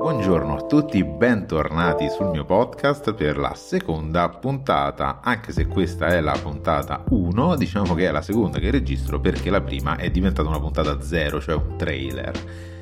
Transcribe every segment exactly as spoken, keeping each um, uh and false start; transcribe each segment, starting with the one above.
Buongiorno a tutti, bentornati sul mio podcast per la seconda puntata, anche se questa è la puntata uno, diciamo che è la seconda che registro perché la prima è diventata una puntata zero, cioè un trailer.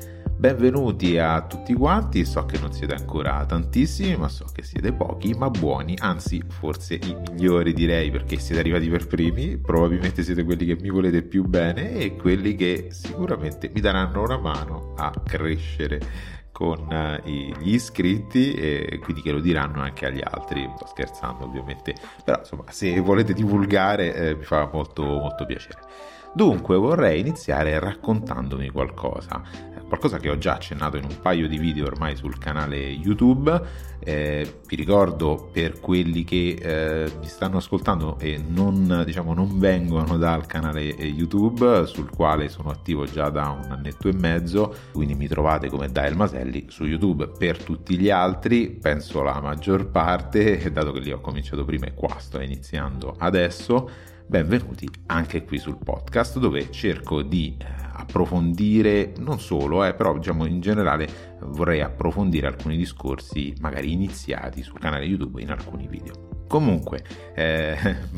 Benvenuti a tutti quanti, so che non siete ancora tantissimi, ma so che siete pochi, ma buoni, anzi forse i migliori direi, perché siete arrivati per primi, probabilmente siete quelli che mi volete più bene e quelli che sicuramente mi daranno una mano a crescere con gli iscritti e quindi che lo diranno anche agli altri. Sto scherzando ovviamente, però insomma se volete divulgare eh, mi fa molto molto piacere. Dunque vorrei iniziare raccontandomi qualcosa, qualcosa che ho già accennato in un paio di video ormai sul canale YouTube. Eh, vi ricordo, per quelli che eh, mi stanno ascoltando e non, diciamo, non vengono dal canale YouTube, sul quale sono attivo già da un annetto e mezzo, quindi mi trovate come Dael Maselli su YouTube. Per tutti gli altri, penso la maggior parte, dato che lì ho cominciato prima e qua sto iniziando adesso, benvenuti anche qui sul podcast, dove cerco di eh, approfondire, non solo, eh, però diciamo in generale vorrei approfondire alcuni discorsi magari iniziati sul canale YouTube in alcuni video. Comunque, eh,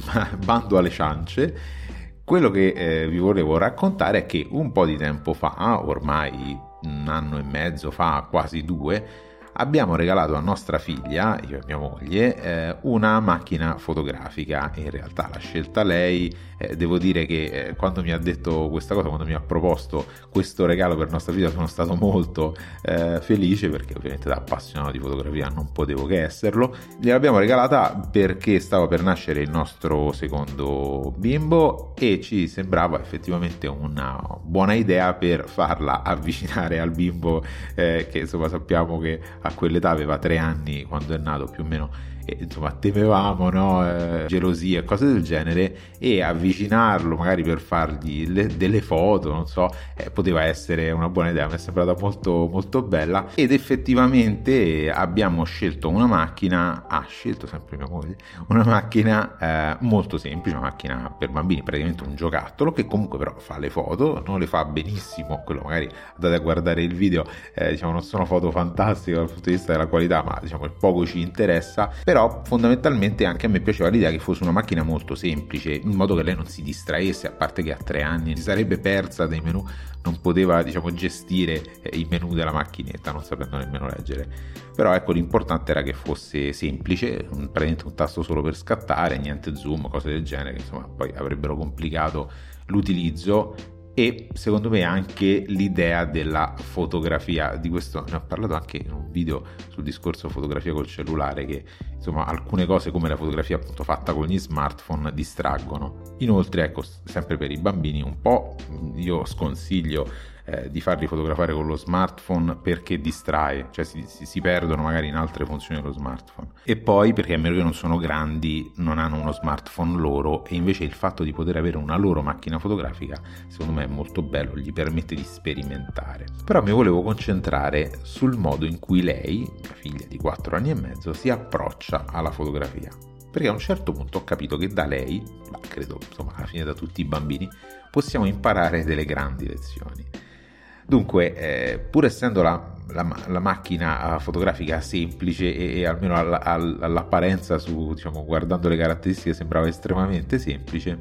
bando alle ciance, quello che eh, vi volevo raccontare è che un po' di tempo fa, ormai un anno e mezzo fa, quasi due, abbiamo regalato a nostra figlia, io e mia moglie, eh, una macchina fotografica. In realtà l'ha scelta lei. Eh, devo dire che eh, quando mi ha detto questa cosa, quando mi ha proposto questo regalo per nostra figlia, sono stato molto eh, felice, perché ovviamente da appassionato di fotografia non potevo che esserlo. Gliel'abbiamo regalata perché stava per nascere il nostro secondo bimbo e ci sembrava effettivamente una buona idea per farla avvicinare al bimbo, eh, che insomma sappiamo che a quell'età aveva tre anni quando è nato più o meno, e insomma temevamo, no? eh, gelosie e cose del genere, e avvicinarlo magari per fargli le, delle foto, non so, eh, poteva essere una buona idea. Mi è sembrata molto molto bella ed effettivamente abbiamo scelto una macchina, ha scelto sempre mia moglie, una macchina eh, molto semplice, una macchina per bambini, praticamente un giocattolo, che comunque però fa le foto, non le fa benissimo, quello magari andate a guardare il video, eh, diciamo non sono foto fantastiche dal punto di vista della qualità, ma diciamo il poco ci interessa. Però fondamentalmente anche a me piaceva l'idea che fosse una macchina molto semplice, in modo che lei non si distraesse, a parte che a tre anni si sarebbe persa dei menu, non poteva diciamo gestire i menu della macchinetta, non sapendo nemmeno leggere. Però ecco, l'importante era che fosse semplice, praticamente un tasto solo per scattare, niente zoom, cose del genere, che insomma poi avrebbero complicato l'utilizzo. E secondo me anche l'idea della fotografia, di questo ne ho parlato anche in un video sul discorso fotografia col cellulare, che insomma alcune cose come la fotografia appunto fatta con gli smartphone distraggono. Inoltre ecco, sempre per i bambini un po' io sconsiglio eh, di farli fotografare con lo smartphone, perché distrae, cioè si, si, si perdono magari in altre funzioni dello smartphone, e poi perché a meno che non sono grandi non hanno uno smartphone loro, e invece il fatto di poter avere una loro macchina fotografica secondo me è molto bello, gli permette di sperimentare. Però mi volevo concentrare sul modo in cui lei, mia figlia di quattro anni e mezzo, si approccia alla fotografia, perché a un certo punto ho capito che da lei, ma credo insomma alla fine da tutti i bambini, possiamo imparare delle grandi lezioni. Dunque, eh, pur essendo la, la, la macchina fotografica semplice e, e almeno alla, all'apparenza, su, diciamo, guardando le caratteristiche sembrava estremamente semplice,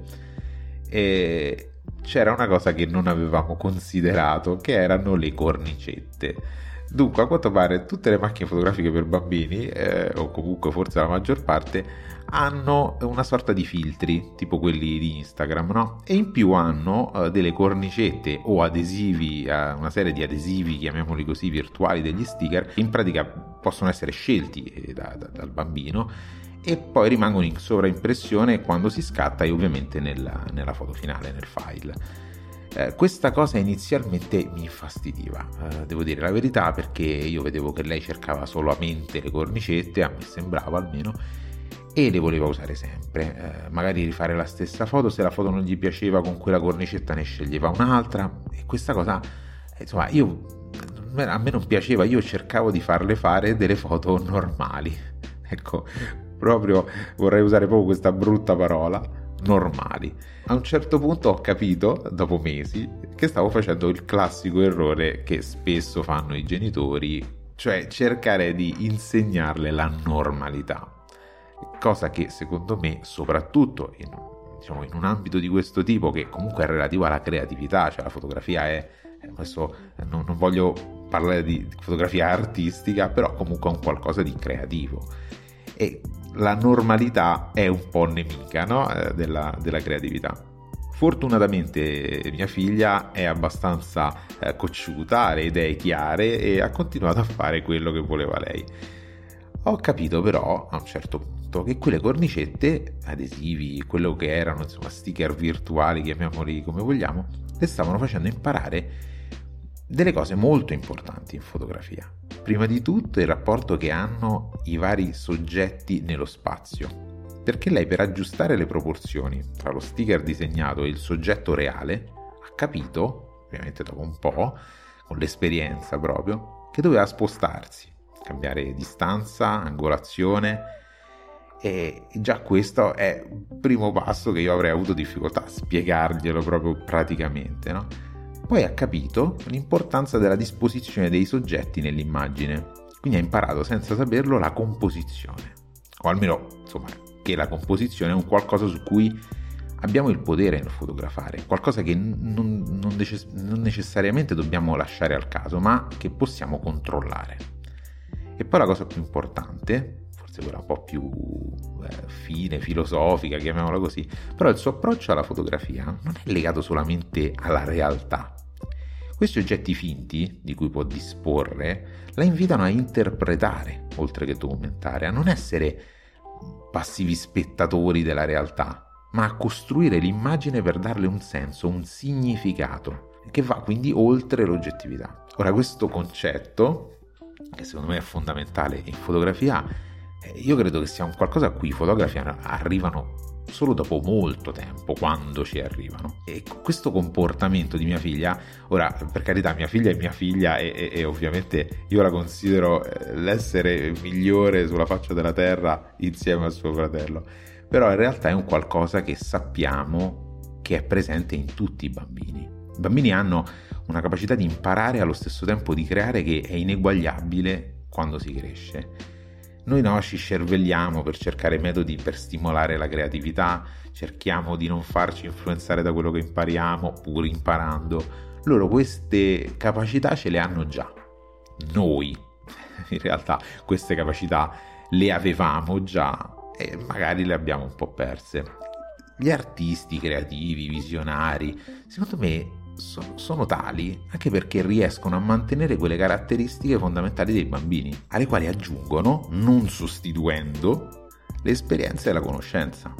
eh, c'era una cosa che non avevamo considerato, che erano le cornicette. Dunque, a quanto pare tutte le macchine fotografiche per bambini, eh, o comunque forse la maggior parte, hanno una sorta di filtri, tipo quelli di Instagram, no? E in più hanno eh, delle cornicette o adesivi, eh, una serie di adesivi, chiamiamoli così, virtuali, degli sticker, che in pratica possono essere scelti eh, da, da, dal bambino, e poi rimangono in sovraimpressione quando si scatta e ovviamente nella, nella foto finale, nel file. Eh, questa cosa inizialmente mi infastidiva, eh, devo dire la verità, perché io vedevo che lei cercava solamente le cornicette, a me sembrava almeno, e le voleva usare sempre, eh, magari rifare la stessa foto, se la foto non gli piaceva con quella cornicetta ne sceglieva un'altra, e questa cosa insomma io a me non piaceva. Io cercavo di farle fare delle foto normali, ecco, proprio vorrei usare proprio questa brutta parola, normali. A un certo punto ho capito, dopo mesi, che stavo facendo il classico errore che spesso fanno i genitori cioè cercare di insegnarle la normalità, cosa che secondo me, soprattutto in, diciamo, in un ambito di questo tipo, che comunque è relativo alla creatività, cioè la fotografia è, questo, non, non voglio parlare di fotografia artistica, però comunque è un qualcosa di creativo, e la normalità è un po' nemica, no? della, della creatività. Fortunatamente mia figlia è abbastanza eh, cocciuta, ha le idee chiare e ha continuato a fare quello che voleva lei. Ho capito però a un certo punto che quelle cornicette, adesivi, quello che erano, insomma, sticker virtuali, chiamiamoli come vogliamo, le stavano facendo imparare delle cose molto importanti in fotografia. Prima di tutto il rapporto che hanno i vari soggetti nello spazio, perché lei, per aggiustare le proporzioni tra lo sticker disegnato e il soggetto reale, ha capito, ovviamente dopo un po', con l'esperienza proprio, che doveva spostarsi, cambiare distanza, angolazione, e già questo è il primo passo che io avrei avuto difficoltà a spiegarglielo proprio praticamente, no? Poi ha capito l'importanza della disposizione dei soggetti nell'immagine, quindi ha imparato senza saperlo la composizione, o almeno, insomma, che la composizione è un qualcosa su cui abbiamo il potere nel fotografare, qualcosa che non, non, necess- non necessariamente dobbiamo lasciare al caso, ma che possiamo controllare. E poi la cosa più importante, forse quella un po' più eh, fine, filosofica, chiamiamola così, però il suo approccio alla fotografia non è legato solamente alla realtà. Questi oggetti finti, di cui può disporre, la invitano a interpretare, oltre che documentare, a non essere passivi spettatori della realtà, ma a costruire l'immagine per darle un senso, un significato, che va quindi oltre l'oggettività. Ora, questo concetto, che secondo me è fondamentale in fotografia, io credo che sia un qualcosa a cui i fotografi arrivano solo dopo molto tempo, quando ci arrivano. E questo comportamento di mia figlia, ora, per carità, mia figlia è mia figlia e, e, e ovviamente io la considero l'essere migliore sulla faccia della terra insieme a suo fratello, però in realtà è un qualcosa che sappiamo che è presente in tutti i bambini. I bambini hanno una capacità di imparare allo stesso tempo di creare che è ineguagliabile quando si cresce. Noi no, ci scervelliamo per cercare metodi per stimolare la creatività, cerchiamo di non farci influenzare da quello che impariamo, pur imparando. Loro queste capacità ce le hanno già. Noi, in realtà, queste capacità le avevamo già e magari le abbiamo un po' perse. Gli artisti creativi, visionari, secondo me sono, sono tali anche perché riescono a mantenere quelle caratteristiche fondamentali dei bambini, alle quali aggiungono, non sostituendo, le esperienze e la conoscenza.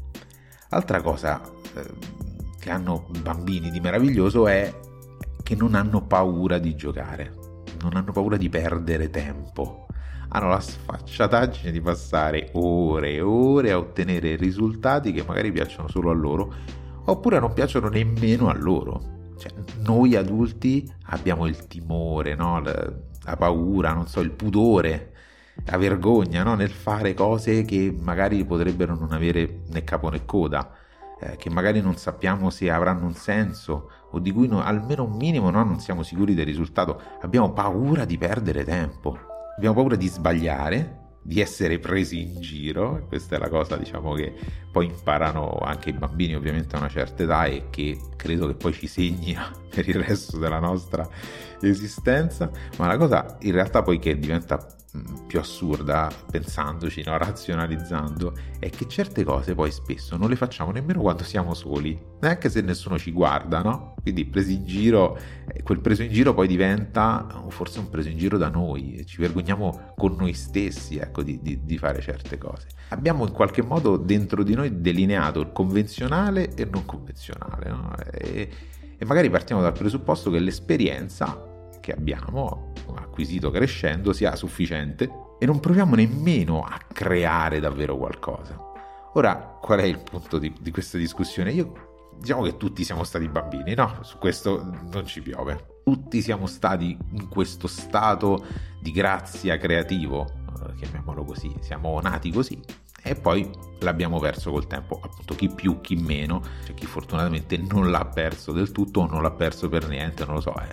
Altra cosa eh, che hanno i bambini di meraviglioso è che non hanno paura di giocare, non hanno paura di perdere tempo, hanno la sfacciataggine di passare ore e ore a ottenere risultati che magari piacciono solo a loro oppure non piacciono nemmeno a loro. Cioè, noi adulti abbiamo il timore, no? la, la paura, non so, il pudore, la vergogna, no? Nel fare cose che magari potrebbero non avere né capo né coda, eh, che magari non sappiamo se avranno un senso o di cui no, almeno un minimo no, non siamo sicuri del risultato. Abbiamo paura di perdere tempo, abbiamo paura di sbagliare, di essere presi in giro. Questa è la cosa, diciamo, che poi imparano anche i bambini ovviamente a una certa età e che credo che poi ci segni per il resto della nostra esistenza. Ma la cosa in realtà poi che diventa più assurda, pensandoci, no, razionalizzando, è che certe cose poi spesso non le facciamo nemmeno quando siamo soli, neanche se nessuno ci guarda, no? Quindi presi in giro, quel preso in giro poi diventa forse un preso in giro da noi e ci vergogniamo con noi stessi, ecco, di, di, di fare certe cose. Abbiamo in qualche modo dentro di noi delineato il convenzionale e il non convenzionale, no? E, e magari partiamo dal presupposto che l'esperienza che abbiamo acquisito crescendo sia sufficiente e non proviamo nemmeno a creare davvero qualcosa. Ora, qual è il punto di, di questa discussione? Io diciamo che tutti siamo stati bambini, no? Su questo non ci piove. Tutti siamo stati in questo stato di grazia creativo, chiamiamolo così, siamo nati così e poi l'abbiamo perso col tempo, appunto, chi più chi meno, c'è chi fortunatamente non l'ha perso del tutto o non l'ha perso per niente, non lo so, è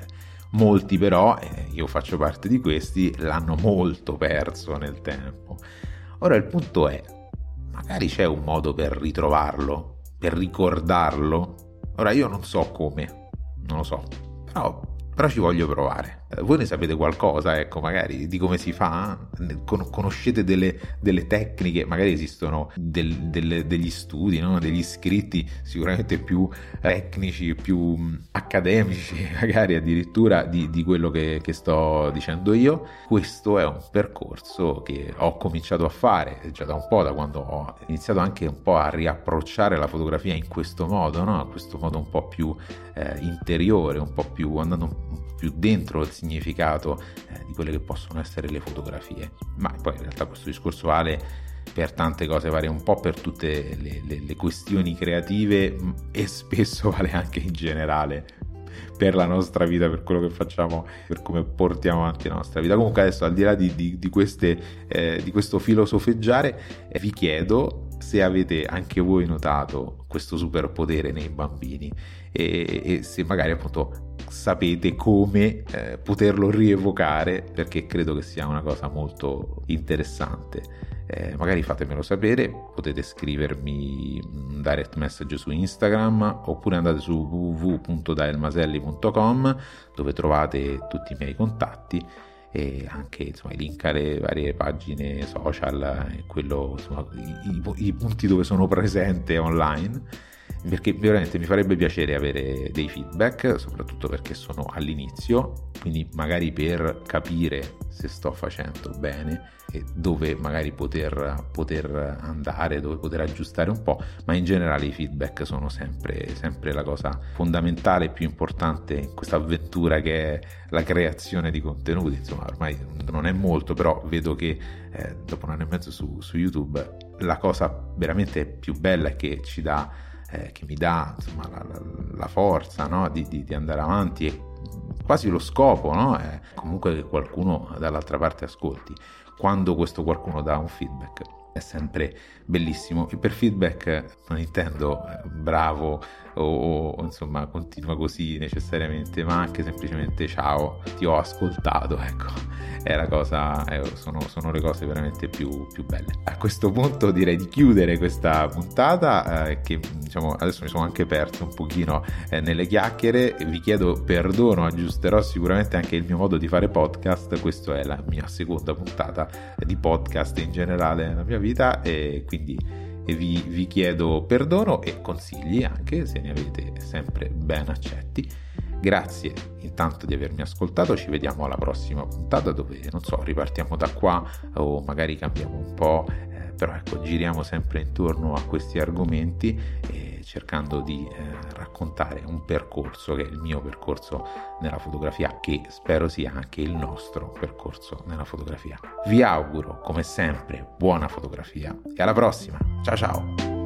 Molti però, eh, io faccio parte di questi, l'hanno molto perso nel tempo. Ora il punto è, magari c'è un modo per ritrovarlo, per ricordarlo. Ora io non so come, non lo so, però, però ci voglio provare. Eh, voi ne sapete qualcosa, ecco, magari di come si fa? Con- conoscete delle, delle tecniche, magari esistono del, delle, degli studi, no? Degli scritti sicuramente più tecnici, più accademici, magari addirittura di, di quello che, che sto dicendo io. Questo è un percorso che ho cominciato a fare già da un po', da quando ho iniziato anche un po' a riapprocciare la fotografia in questo modo, no? Questo modo un po' più eh, interiore, un po' più andando un po' più dentro il significato eh, di quelle che possono essere le fotografie. Ma poi in realtà questo discorso vale per tante cose, vale un po' per tutte le, le, le questioni creative e spesso vale anche in generale per la nostra vita, per quello che facciamo, per come portiamo avanti la nostra vita. Comunque adesso, al di là di, di, di, queste, eh, di questo filosofeggiare, eh, vi chiedo se avete anche voi notato questo superpotere nei bambini e, e se magari appunto sapete come eh, poterlo rievocare, perché credo che sia una cosa molto interessante. Eh, magari fatemelo sapere, potete scrivermi un direct message su Instagram oppure andate su w w w punto daelmaselli punto com dove trovate tutti i miei contatti e anche insomma i link alle varie pagine social e quello, insomma, i, i, i punti dove sono presente online, perché veramente mi farebbe piacere avere dei feedback, soprattutto perché sono all'inizio, quindi magari per capire se sto facendo bene e dove magari poter, poter andare, dove poter aggiustare un po', ma in generale i feedback sono sempre, sempre la cosa fondamentale e più importante in questa avventura che è la creazione di contenuti. Insomma, ormai non è molto, però vedo che eh, dopo un anno e mezzo su, su YouTube la cosa veramente più bella è che ci dà Eh, che mi dà insomma la, la, la forza, no? di, di, di andare avanti e quasi lo scopo, no? È comunque che qualcuno dall'altra parte ascolti. Quando questo qualcuno dà un feedback è sempre bellissimo, e per feedback non intendo bravo o, o insomma continua così necessariamente, ma anche semplicemente ciao, ti ho ascoltato, ecco, è la cosa, è, sono, sono le cose veramente più, più belle. A questo punto direi di chiudere questa puntata eh, che diciamo adesso mi sono anche perso un pochino eh, nelle chiacchiere. Vi chiedo perdono, aggiusterò sicuramente anche il mio modo di fare podcast. Questa è la mia seconda puntata di podcast in generale nella mia vita e quindi vi, vi chiedo perdono e consigli anche, se ne avete, sempre ben accetti. Grazie intanto di avermi ascoltato, ci vediamo alla prossima puntata dove, non so, ripartiamo da qua o magari cambiamo un po', eh, però ecco, giriamo sempre intorno a questi argomenti eh, cercando di eh, raccontare un percorso che è il mio percorso nella fotografia, che spero sia anche il nostro percorso nella fotografia. Vi auguro come sempre buona fotografia e alla prossima, ciao ciao!